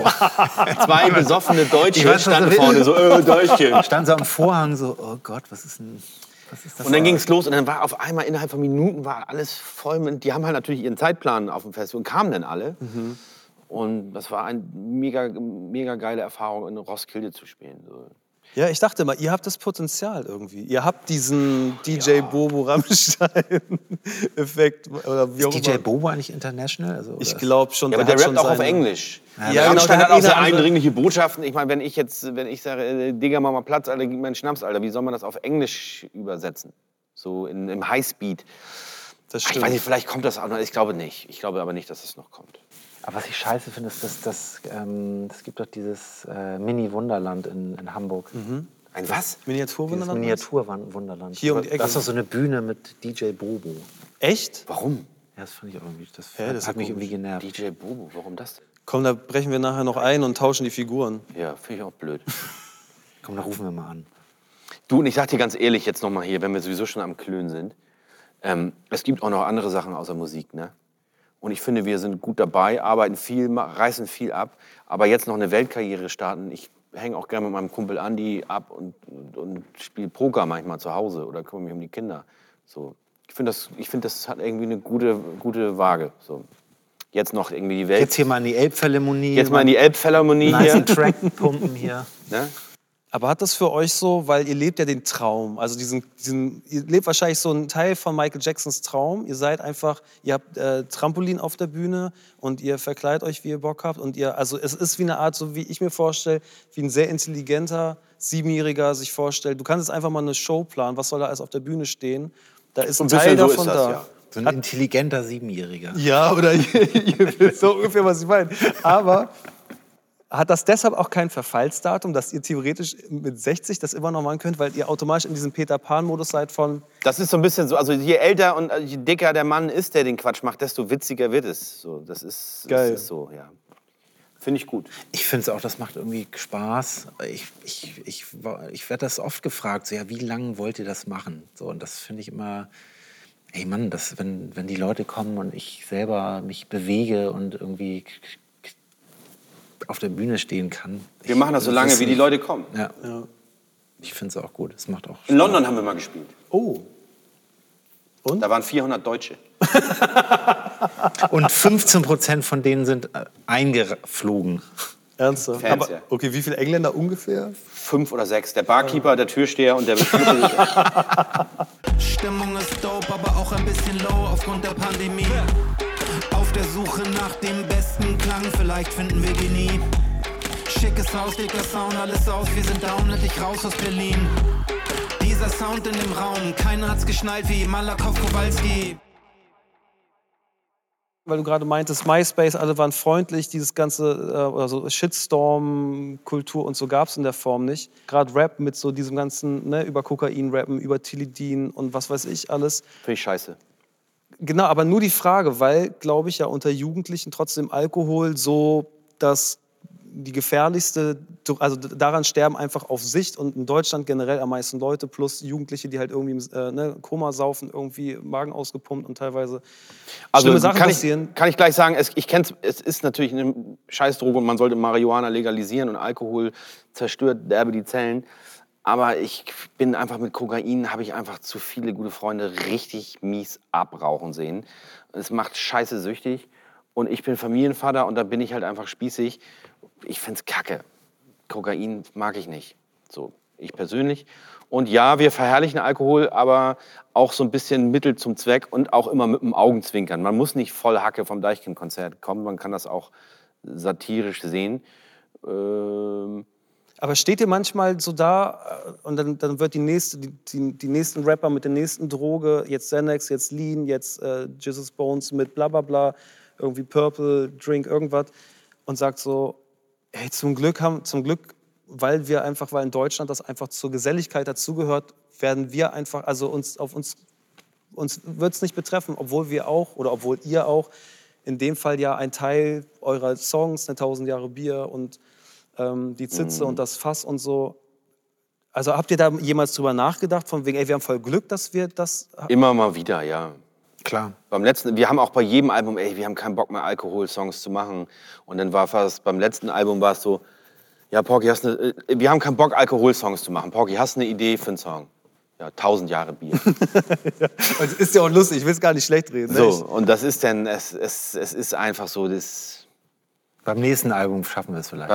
2 besoffene Deutsche standen vorne so, Deutschchen. Standen so am Vorhang so, oh Gott, was ist das? Und dann ging es los und dann war auf einmal innerhalb von Minuten war alles voll mit, die haben halt natürlich ihren Zeitplan auf dem Festival und kamen dann alle. Mhm. Und das war eine mega, mega geile Erfahrung, in Roskilde zu spielen. So. Ja, ich dachte mal, ihr habt das Potenzial irgendwie. Ihr habt diesen DJ Bobo Rammstein-Effekt. Ist DJ Bobo eigentlich international? Also, ich glaube schon. Ja, aber der rappt auch auf Englisch. Ja, Rammstein hat auch sehr eindringliche Botschaften. Ich meine, wenn ich sage, Digga, mach mal Platz, Alter, gib mir einen Schnaps, Alter, wie soll man das auf Englisch übersetzen? So im Highspeed. Das stimmt. Ich weiß nicht, vielleicht kommt das auch noch. Ich glaube nicht. Ich glaube aber nicht, dass es noch kommt. Aber was ich scheiße finde, ist, das gibt doch dieses Mini-Wunderland in Hamburg. Mhm. Ein was? Miniaturwunderland? Miniaturwunderland. Hier um die Ecke. Das ist doch so eine Bühne mit DJ Bobo. Echt? Warum? Ja, das fand ich auch irgendwie. Das hat mich irgendwie genervt. DJ Bobo, warum das? Komm, da brechen wir nachher noch ein und tauschen die Figuren. Ja, finde ich auch blöd. Komm, da rufen wir mal an. Du, und ich sag dir ganz ehrlich jetzt noch mal hier, wenn wir sowieso schon am Klönen sind, es gibt auch noch andere Sachen außer Musik, ne? Und ich finde, wir sind gut dabei, arbeiten viel, reißen viel ab. Aber jetzt noch eine Weltkarriere starten. Ich hänge auch gerne mit meinem Kumpel Andi ab und spiele Poker manchmal zu Hause oder kümmere mich um die Kinder. So. Ich finde, das hat irgendwie eine gute Waage. So. Jetzt noch irgendwie die Welt. Jetzt hier mal in die Elbphilharmonie. Jetzt mal in die Elbphilharmonie nice hier. Track pumpen hier. Ne? Aber hat das für euch so, weil ihr lebt ja den Traum, also ihr lebt wahrscheinlich so einen Teil von Michael Jacksons Traum. Ihr habt Trampolin auf der Bühne und ihr verkleidet euch, wie ihr Bock habt. Und also es ist wie eine Art, so wie ich mir vorstelle, wie ein sehr intelligenter 7-Jähriger sich vorstellt. Du kannst jetzt einfach mal eine Show planen, was soll da alles auf der Bühne stehen. Da ist ein Teil davon so ist das, da. Ja. So ein intelligenter 7-Jähriger. Ja, oder ihr wisst so ungefähr, was ich meine. Aber hat das deshalb auch kein Verfallsdatum, dass ihr theoretisch mit 60 das immer noch machen könnt, weil ihr automatisch in diesem Peter-Pan-Modus seid von... Das ist so ein bisschen so, also je älter und je dicker der Mann ist, der den Quatsch macht, desto witziger wird es. So, das ist so, ja. Finde ich gut. Ich finde es auch, das macht irgendwie Spaß. Ich werde das oft gefragt, so, ja, wie lange wollt ihr das machen? So, und das finde ich immer... Ey Mann, wenn die Leute kommen und ich selber mich bewege und irgendwie auf der Bühne stehen kann. Wir machen das so lange, wie die Leute kommen. Ja. Ich finde es auch gut. Es macht auch Spaß. In London haben wir mal gespielt. Oh. Und? Da waren 400 Deutsche. Und 15% von denen sind eingeflogen. Ernsthaft? Fans, Aber, ja. Okay, wie viele Engländer ungefähr? 5 oder 6. Der Barkeeper, der Türsteher und der... Stimmung ist dope, aber auch ein bisschen low aufgrund der Pandemie. Auf der Suche nach dem besten Klang, vielleicht finden wir die nie. Schickes Haus, dicker Sound, alles aus, wir sind down, endlich raus aus Berlin. Dieser Sound in dem Raum, keiner hat's geschnallt wie Malakow Kowalski. weil du gerade meintest, MySpace, alle waren freundlich, dieses ganze also Shitstorm-Kultur und so gab es in der Form nicht. Gerade Rap mit so diesem ganzen, ne, über Kokain rappen, über Tilidin und was weiß ich alles. Finde ich scheiße. Genau, aber nur die Frage, weil, glaube ich, ja unter Jugendlichen trotzdem Alkohol so das die gefährlichste, also daran sterben einfach auf Sicht und in Deutschland generell am meisten Leute, plus Jugendliche, die halt irgendwie im Koma saufen, irgendwie Magen ausgepumpt und teilweise schlimme Sachen passieren. Kann ich gleich sagen, ich kenn's, es ist natürlich eine Scheißdroge und man sollte Marihuana legalisieren und Alkohol zerstört derbe die Zellen. Aber ich bin einfach mit Kokain, habe ich einfach zu viele gute Freunde richtig mies abrauchen sehen. Es macht scheiße süchtig und ich bin Familienvater und da bin ich halt einfach spießig. Ich find's kacke. Kokain mag ich nicht. So, ich persönlich. Und ja, wir verherrlichen Alkohol, aber auch so ein bisschen Mittel zum Zweck und auch immer mit dem Augenzwinkern. Man muss nicht voll Hacke vom Deichkind-Konzert kommen, man kann das auch satirisch sehen. Aber steht ihr manchmal so da und dann wird die nächsten Rapper mit der nächsten Droge, jetzt Xanax, jetzt Lean, jetzt Jesus Bones mit bla bla bla, irgendwie Purple, Drink, irgendwas und sagt so, hey, zum Glück, weil in Deutschland das einfach zur Geselligkeit dazugehört, werden wir einfach, also uns wird es nicht betreffen, obwohl ihr auch in dem Fall ja ein Teil eurer Songs, 1000 Jahre Bier und die Zitze und das Fass und so. Also habt ihr da jemals drüber nachgedacht, von wegen, ey, wir haben voll Glück, dass wir das... Immer mal wieder, ja. Klar. Wir haben auch bei jedem Album, wir haben keinen Bock mehr Alkohol-Songs zu machen. Und dann war fast beim letzten Album war es so, ja, Porky, wir haben keinen Bock Alkohol-Songs zu machen. Porky, hast du eine Idee für einen Song? Ja, 1000 Jahre Bier. Ja, das ist ja auch lustig, ich will es gar nicht schlecht reden. So, und das ist dann, es ist einfach so, das... Beim nächsten Album schaffen wir es vielleicht.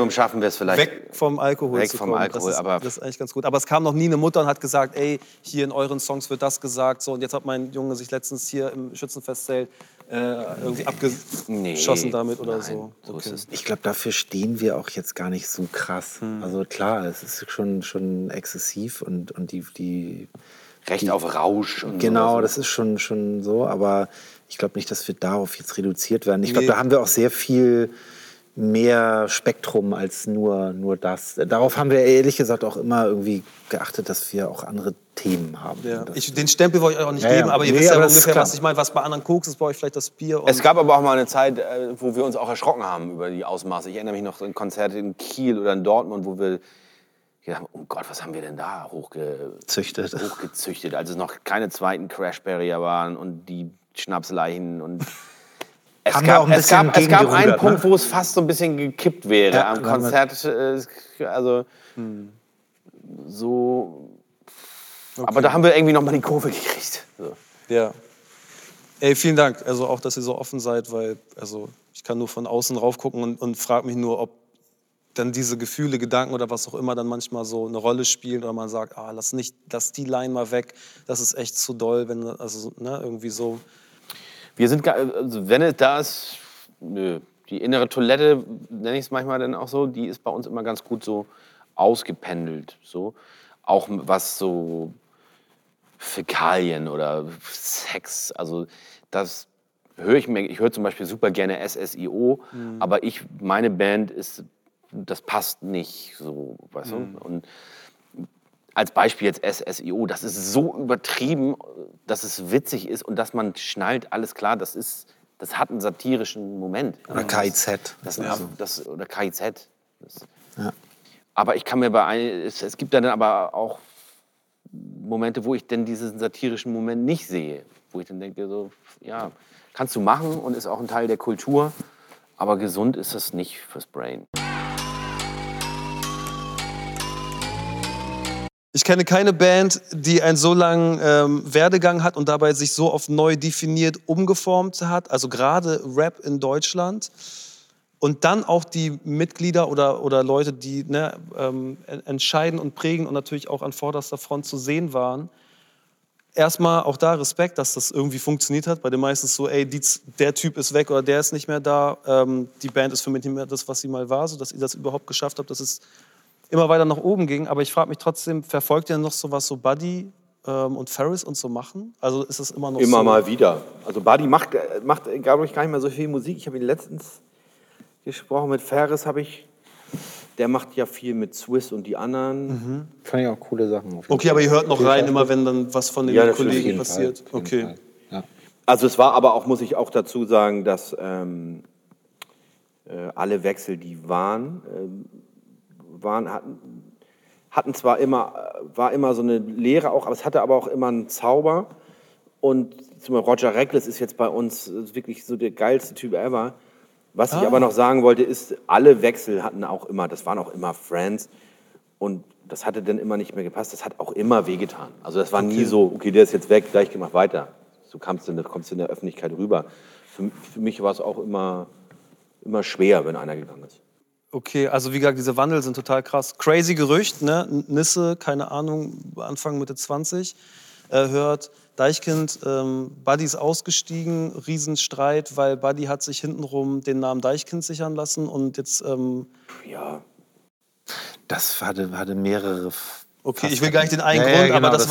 Weg vom Alkohol zu kommen. Das ist eigentlich ganz gut. Aber es kam noch nie eine Mutter und hat gesagt, ey, hier in euren Songs wird das gesagt. So, und jetzt hat mein Junge sich letztens hier im Schützenfestzelt irgendwie abgeschossen damit oder so. Okay. Ich glaube, dafür stehen wir auch jetzt gar nicht so krass. Also klar, es ist schon exzessiv und die Recht auf Rausch. Und genau, sowas. das ist schon so, aber ich glaube nicht, dass wir darauf jetzt reduziert werden. Ich glaube, da haben wir auch sehr viel mehr Spektrum als nur das. Darauf haben wir ehrlich gesagt auch immer irgendwie geachtet, dass wir auch andere Themen haben. Ja. Den Stempel wollte ich euch auch nicht geben, aber ihr wisst ja ungefähr, was ich meine. Was bei anderen Koks ist, bei euch vielleicht das Bier. Es gab aber auch mal eine Zeit, wo wir uns auch erschrocken haben über die Ausmaße. Ich erinnere mich noch an Konzerte in Kiel oder in Dortmund, wo wir gedacht haben, oh Gott, was haben wir denn da hochgezüchtet, als es noch keine zweiten Crash Barrier waren und die Schnapsleichen und es gab einen Punkt, wo es fast so ein bisschen gekippt wäre am Konzert, so. Okay. Aber da haben wir irgendwie noch mal die Kurve gekriegt. So. Ja. Ey, vielen Dank, also auch, dass ihr so offen seid, weil also ich kann nur von außen rauf gucken und frage mich nur, ob dann diese Gefühle, Gedanken oder was auch immer dann manchmal so eine Rolle spielen oder man sagt, lass die Line mal weg, das ist echt zu doll, wenn irgendwie so. Wir sind, also wenn es da ist, die innere Toilette, nenne ich es manchmal dann auch so, die ist bei uns immer ganz gut so ausgependelt, so. Auch was so Fäkalien oder Sex, also das höre ich höre zum Beispiel super gerne SSIO, aber meine Band das passt nicht so, weißt du? Und als Beispiel jetzt SSIO, das ist so übertrieben, dass es witzig ist und dass man schnallt, alles klar, das hat einen satirischen Moment. Oder KIZ. Oder KIZ. Ja. Aber ich kann mir es gibt dann aber auch Momente, wo ich denn diesen satirischen Moment nicht sehe. Wo ich dann denke, so, ja, kannst du machen und ist auch ein Teil der Kultur, aber gesund ist das nicht fürs Brain. Ich kenne keine Band, die einen so langen Werdegang hat und dabei sich so oft neu definiert, umgeformt hat. Also gerade Rap in Deutschland. Und dann auch die Mitglieder oder Leute, die entscheiden und prägen und natürlich auch an vorderster Front zu sehen waren. Erstmal auch da Respekt, dass das irgendwie funktioniert hat. Bei den meisten so, ey, der Typ ist weg oder der ist nicht mehr da. Die Band ist für mich nicht mehr das, was sie mal war, sodass ihr das überhaupt geschafft habt, dass es immer weiter nach oben ging. Aber ich frage mich trotzdem, verfolgt ihr noch sowas, so Buddy und Ferris und so machen? Also ist es immer noch Immer so? mal wieder. Also Buddy macht glaube ich, gar nicht mehr so viel Musik. Ich habe ihn letztens gesprochen mit Ferris, der macht ja viel mit Swiss und die anderen. Fand ich auch coole Sachen. Okay, aber ihr hört noch rein, immer wenn dann was von den Ja, natürlich. Kollegen Auf jeden passiert. Fall, auf jeden Okay. Fall. Ja. Also es war aber auch, muss ich auch dazu sagen, dass alle Wechsel, die hatten zwar war immer so eine Lehre auch, aber es hatte aber auch immer einen Zauber. Und zum Beispiel Roger Reckless ist jetzt bei uns wirklich so der geilste Typ ever. Was ich aber noch sagen wollte, ist, alle Wechsel hatten auch immer, das waren auch immer Friends. Und das hatte dann immer nicht mehr gepasst. Das hat auch immer wehgetan. Also das war nie so, okay, der ist jetzt weg, gleich mach weiter. So kommst du in der Öffentlichkeit rüber. Für mich war es auch immer schwer, wenn einer gegangen ist. Okay, also wie gesagt, diese Wandel sind total krass. Crazy Gerücht, ne? Nisse, keine Ahnung, Anfang, Mitte 20, hört, Deichkind, Buddy ist ausgestiegen, Riesenstreit, weil Buddy hat sich hintenrum den Namen Deichkind sichern lassen und jetzt... Ja. Das hatte mehrere... Okay, ich will gar nicht den einen Grund,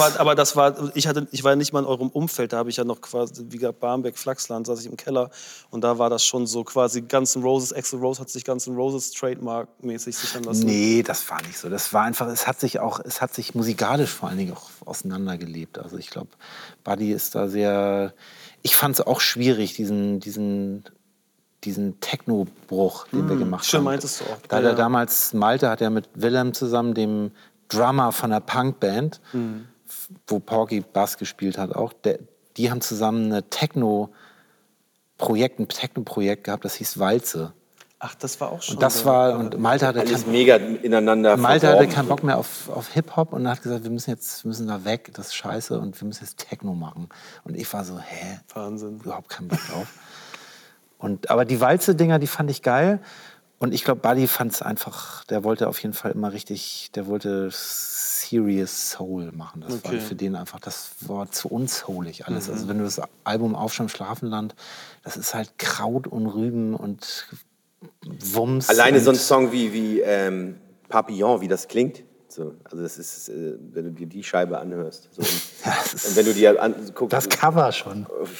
ich war nicht mal in eurem Umfeld, da habe ich ja noch quasi, wie gesagt, Barmbek, Flachsland, saß ich im Keller und da war das schon so quasi Guns N' Roses, Axl Rose hat sich Guns N' Roses Trademark-mäßig sichern lassen. Nee, das war nicht so. Das war einfach, es hat sich musikalisch vor allen Dingen auch auseinandergelebt. Also ich glaube, Buddy ist da sehr, ich fand es auch schwierig, diesen Techno-Bruch, den wir gemacht haben. Schön meintest du auch. Da der damals, Malte hat ja mit Willem zusammen, dem Drummer von der Punkband, wo Porky Bass gespielt hat auch, die haben zusammen ein Techno-Projekt gehabt, das hieß Walze. Ach, das war auch schon. Und Malte hatte alles mega ineinander Malte hatte verworben. keinen Bock mehr auf Hip-Hop und hat gesagt, wir müssen da weg, das ist scheiße und wir müssen jetzt Techno machen. Und ich war so, Wahnsinn. Überhaupt keinen Bock drauf. Aber die Walze-Dinger, die fand ich geil. Und ich glaube, Buddy fand es einfach, der wollte auf jeden Fall immer der wollte Serious Soul machen. Das war für den einfach, das war zu unsoulig alles. Also wenn du das Album Aufstand Schlafenland, das ist halt Kraut und Rüben und Wumms. Alleine so ein Song wie Papillon, wie das klingt. So, also das ist, wenn du dir die Scheibe anhörst. So, und wenn du dir guckst. Das Cover schon.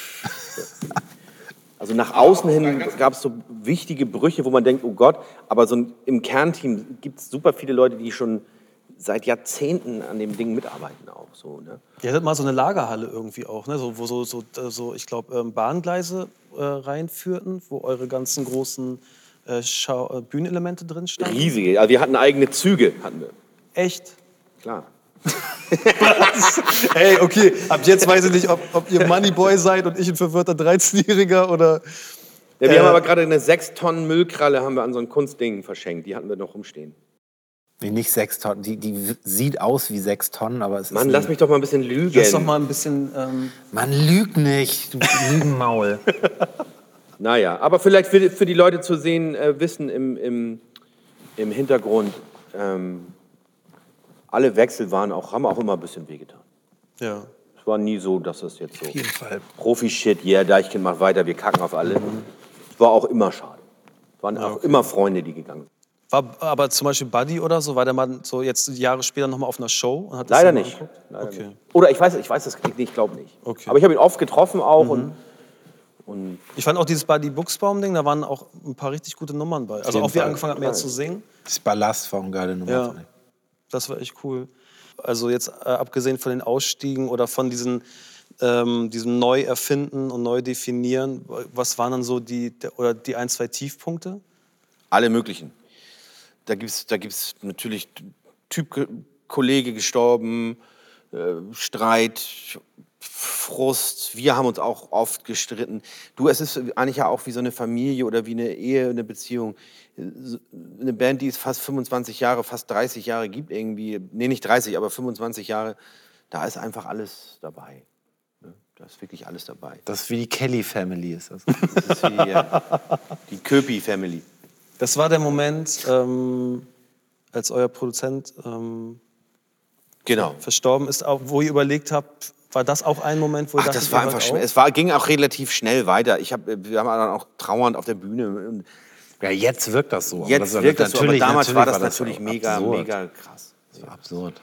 Also nach außen hin gab es so wichtige Brüche, wo man denkt, oh Gott, aber im Kernteam gibt es super viele Leute, die schon seit Jahrzehnten an dem Ding mitarbeiten auch. So, ne? Ihr hattet mal so eine Lagerhalle irgendwie auch, ne? Wo so ich glaube, Bahngleise reinführten, wo eure ganzen großen Bühnenelemente drin standen. Riesige, also wir hatten eigene Züge. Echt? Klar. Hey, okay, ab jetzt weiß ich nicht, ob ihr Moneyboy seid und ich ein verwirrter 13-Jähriger oder... Ja, wir haben aber gerade eine 6 Tonnen Müllkralle haben wir an so ein Kunstding verschenkt. Die hatten wir noch rumstehen. Nee, nicht 6 Tonnen. Die sieht aus wie 6 Tonnen, aber es ist... Mann, lass mich doch mal ein bisschen lügen. Lass doch mal ein bisschen... Man lügt nicht, du Lügenmaul. Naja, aber vielleicht für die Leute zu sehen, wissen im Hintergrund... alle Wechsel haben auch immer ein bisschen wehgetan. Ja. Es war nie so, dass das jetzt so... Auf jeden Fall. Profi-Shit, Deichkind macht weiter, wir kacken auf alle. Es war auch immer schade. Es waren auch immer Freunde, die gegangen sind. War aber zum Beispiel Buddy oder so, war der Mann so jetzt Jahre später noch mal auf einer Show? Und hat das Leider mal nicht. angeguckt? Leider Okay. nicht. Oder ich weiß das nicht, ich glaube nicht. Okay. Aber ich habe ihn oft getroffen auch und Ich fand auch dieses Buddy Buchsbaum-Ding, da waren auch ein paar richtig gute Nummern bei. Also auch wie er angefangen hat mehr zu singen. Das Ballast war eine geile Nummer. Ja, das war echt cool. Also jetzt abgesehen von den Ausstiegen oder von diesem Neuerfinden und Neudefinieren, was waren dann so die 1, 2 Tiefpunkte? alle möglichen. Da gibt's natürlich Kollege gestorben, Streit, Frust. Wir haben uns auch oft gestritten. Es ist eigentlich ja auch wie so eine Familie oder wie eine Ehe, eine Beziehung. Eine Band, die es fast 25 Jahre, fast 30 Jahre gibt irgendwie, nee, nicht 30, aber 25 Jahre, da ist einfach alles dabei. Da ist wirklich alles dabei. Das ist wie die Kelly Family ist das. Das ist wie die Köpi Family. Das war der Moment, als euer Produzent genau. verstorben ist, auch, wo ihr überlegt habt, war das auch ein Moment, wo ihr dachtet, das war einfach schnell. Ging auch relativ schnell weiter. Wir haben dann auch trauernd auf der Bühne. Ja, jetzt wirkt das so. Jetzt wirkt das so, aber damals war das natürlich mega krass. Das war absurd.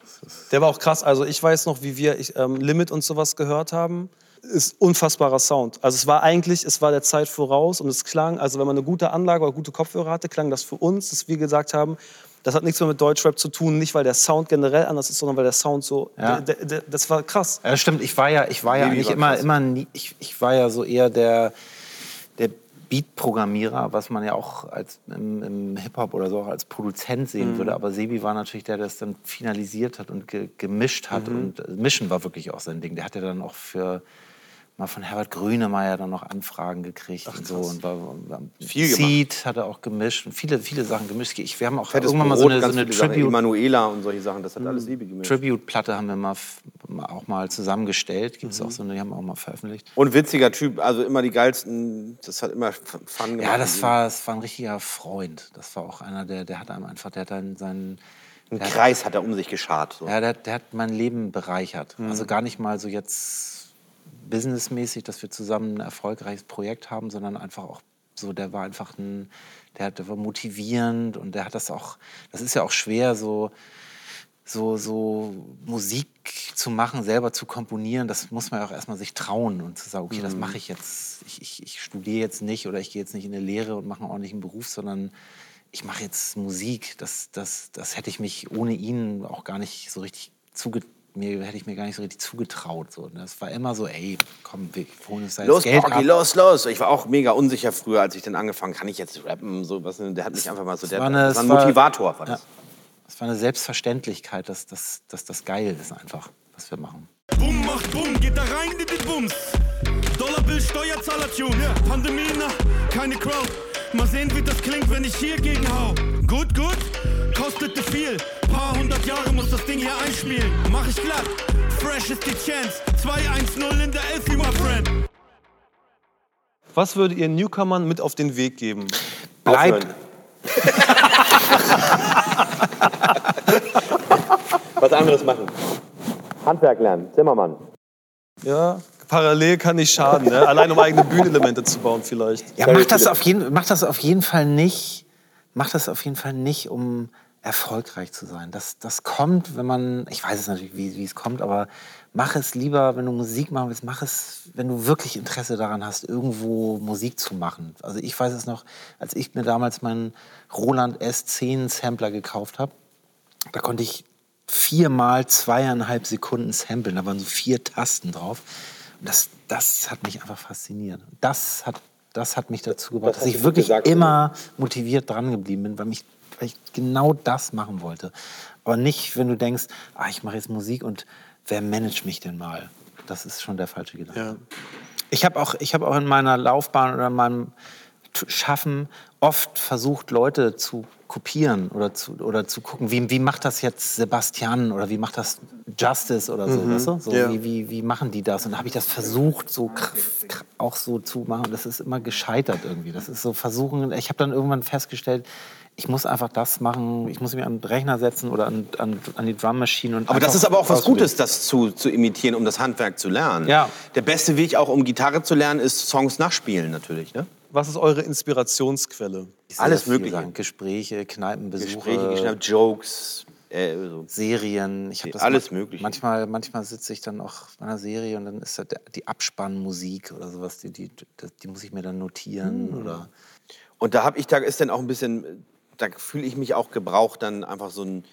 Der war auch krass. Also ich weiß noch, wie wir Limit und sowas gehört haben. Ist unfassbarer Sound. Also es war der Zeit voraus und es klang, also wenn man eine gute Anlage oder gute Kopfhörer hatte, klang das für uns, dass wir gesagt haben, das hat nichts mehr mit Deutschrap zu tun, nicht weil der Sound generell anders ist, sondern weil der Sound so, das war krass. Ja, stimmt. Ich war ja eigentlich ich war ja so eher der Beat-Programmierer, was man ja auch als im Hip-Hop oder so auch als Produzent sehen würde. Aber Sebi war natürlich der das dann finalisiert hat und gemischt hat. Und Mischen war wirklich auch sein Ding. Der hat ja dann auch mal von Herbert Grönemeyer dann noch Anfragen gekriegt. Und so. Und viel Seed hat er auch gemischt und viele Sachen gemischt. Wir haben auch Fettes irgendwann Brot, mal so eine Tribute. Emanuela und solche Sachen, das hat alles Sebi gemischt. Tribute-Platte haben wir auch mal zusammengestellt. Gibt's auch so eine, die haben wir auch mal veröffentlicht. Und witziger Typ, also immer die geilsten, das hat immer Fun gemacht. Ja, das war ein richtiger Freund. Das war auch einer, der hat einem einfach, der hat dann seinen... Ein Kreis hat er um sich geschart. So. Ja, der hat mein Leben bereichert. Also gar nicht mal so jetzt businessmäßig, dass wir zusammen ein erfolgreiches Projekt haben, sondern einfach auch so, der war war motivierend und der hat das ist ja auch schwer, so Musik zu machen, selber zu komponieren, das muss man ja auch erstmal sich trauen und zu sagen, okay, das mache ich jetzt, ich studiere jetzt nicht oder ich gehe jetzt nicht in eine Lehre und mache einen ordentlichen Beruf, sondern ich mache jetzt Musik. Das hätte ich mich ohne ihn auch gar nicht so richtig hätte ich mir gar nicht so richtig zugetraut. So. Das war immer so, ey, komm, wir holen uns da jetzt Geld ab. Los. Ich war auch mega unsicher früher, als ich dann angefangen habe, kann ich jetzt rappen? So, der hat mich einfach mal so, das war ein Motivator. War das. Ja. Das war eine Selbstverständlichkeit, dass das geil ist einfach, was wir machen. Boom macht Boom, geht da rein in den Bums. Dollarbill, Steuerzahler-Tune, Pandemie, keine Crowd. Mal sehen, wie das klingt, wenn ich hier gegenhau. Gut, kostete viel. Paar 100 Jahre muss das Ding hier einspielen. Mach ich glatt, fresh ist die Chance. 2-1-0 in der Elfie, my friend. Was würdet ihr Newcomern mit auf den Weg geben? Bleibt. Was anderes machen. Handwerk lernen, Zimmermann. Ja, parallel kann nicht schaden, ne? Allein um eigene Bühnenelemente zu bauen vielleicht. Ja, mach das auf jeden Fall nicht, um erfolgreich zu sein. Das kommt, wenn man, ich weiß es natürlich, wie es kommt, aber mach es lieber, wenn du Musik machen willst, mach es, wenn du wirklich Interesse daran hast, irgendwo Musik zu machen. Also ich weiß es noch, als ich mir damals meinen Roland S10 Sampler gekauft habe, da konnte ich 4 mal 2,5 Sekunden samplen, da waren so 4 Tasten drauf. Und das hat mich einfach fasziniert. Das hat mich dazu gebracht, dass ich wirklich immer motiviert dran geblieben bin, weil ich genau das machen wollte. Aber nicht, wenn du denkst, ich mache jetzt Musik und wer managt mich denn mal? Das ist schon der falsche Gedanke. Ja. Ich habe auch in meiner Laufbahn oder in meinem Schaffen oft versucht, Leute zu kopieren oder zu gucken, wie macht das jetzt Sebastian oder wie macht das Justice oder so, weißt du? So, ja. Wie machen die das? Und da habe ich das versucht, so auch so zu machen. Das ist immer gescheitert irgendwie. Das ist so versuchen. Ich habe dann irgendwann festgestellt, ich muss einfach das machen, ich muss mich an den Rechner setzen oder an die Drummaschine. Aber das ist aber auch was Gutes, das zu imitieren, um das Handwerk zu lernen. Ja. Der beste Weg auch, um Gitarre zu lernen, ist Songs nachspielen natürlich. Ne? Was ist eure Inspirationsquelle? Alles Mögliche. Gespräche, Kneipenbesuche, Jokes, Serien. Ich das alles Mögliche. Manchmal sitze ich dann auch bei einer Serie und dann ist das die Abspannmusik oder sowas, die muss ich mir dann notieren. Oder und da ist dann auch ein bisschen, da fühle ich mich auch gebraucht, dann einfach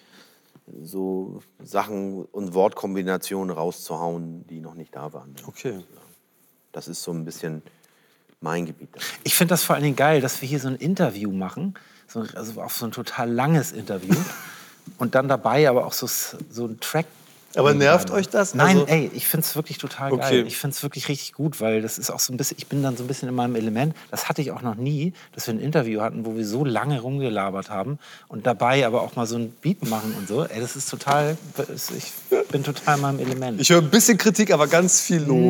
so Sachen und Wortkombinationen rauszuhauen, die noch nicht da waren. Okay. Das ist so ein bisschen mein Gebiet. Ich finde das vor allen Dingen geil, dass wir hier so ein Interview machen, also auch so ein total langes Interview und dann dabei aber auch so ein Track. Aber nervt euch das? Nein, ey, ich finde es wirklich total geil. Ich finde es wirklich richtig gut, weil das ist auch so ein bisschen, ich bin dann so ein bisschen in meinem Element. Das hatte ich auch noch nie, dass wir ein Interview hatten, wo wir so lange rumgelabert haben und dabei aber auch mal so ein Beat machen und so. Ey, das ist total, ich bin total in meinem Element. Ich höre ein bisschen Kritik, aber ganz viel Lob.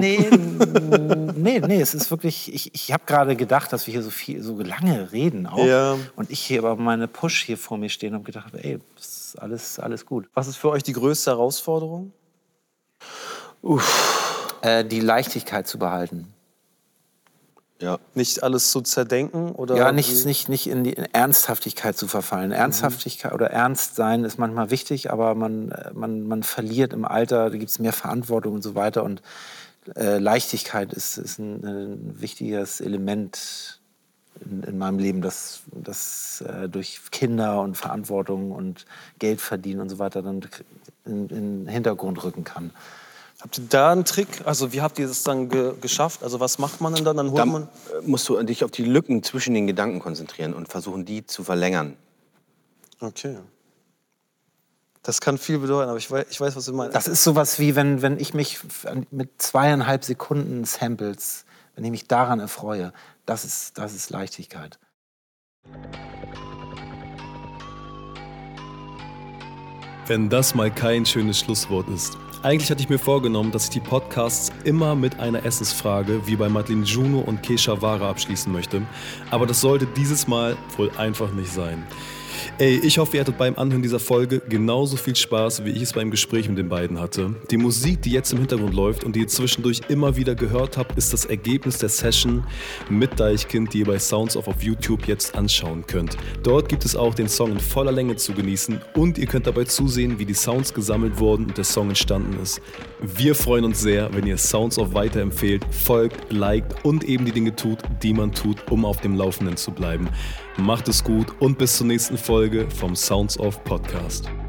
Nee, es ist wirklich, ich habe gerade gedacht, dass wir hier so lange reden auch. Ja. Und ich hier aber meine Push hier vor mir stehen und gedacht habe, ey, das ist alles gut. Was ist für euch die größte Herausforderung? Die Leichtigkeit zu behalten. Ja. Nicht alles zu zerdenken? Oder Ja, nicht in die Ernsthaftigkeit zu verfallen. Ernsthaftigkeit oder Ernstsein ist manchmal wichtig, aber man verliert im Alter, da gibt es mehr Verantwortung und so weiter. Und Leichtigkeit ist ein wichtiges Element in meinem Leben, das durch Kinder und Verantwortung und Geld verdienen und so weiter dann in den Hintergrund rücken kann. Habt ihr da einen Trick? Also wie habt ihr das dann geschafft? Also was macht man denn dann? Dann holt man... musst du dich auf die Lücken zwischen den Gedanken konzentrieren und versuchen, die zu verlängern. Okay. Das kann viel bedeuten, aber ich weiß, was du meinst. Das ist sowas wie, wenn ich mich mit 2,5 Sekunden Samples, wenn ich mich daran erfreue, das ist Leichtigkeit. Wenn das mal kein schönes Schlusswort ist. Eigentlich hatte ich mir vorgenommen, dass ich die Podcasts immer mit einer Essensfrage wie bei Madeleine Juno und Kesha Wara abschließen möchte. Aber das sollte dieses Mal wohl einfach nicht sein. Ey, ich hoffe, ihr hattet beim Anhören dieser Folge genauso viel Spaß, wie ich es beim Gespräch mit den beiden hatte. Die Musik, die jetzt im Hintergrund läuft und die ihr zwischendurch immer wieder gehört habt, ist das Ergebnis der Session mit Deichkind, die ihr bei Sounds Off auf YouTube jetzt anschauen könnt. Dort gibt es auch den Song in voller Länge zu genießen und ihr könnt dabei zusehen, wie die Sounds gesammelt wurden und der Song entstanden ist. Wir freuen uns sehr, wenn ihr Sounds Off weiterempfehlt, folgt, liked und eben die Dinge tut, die man tut, um auf dem Laufenden zu bleiben. Macht es gut und bis zur nächsten Folge vom Sounds Off Podcast.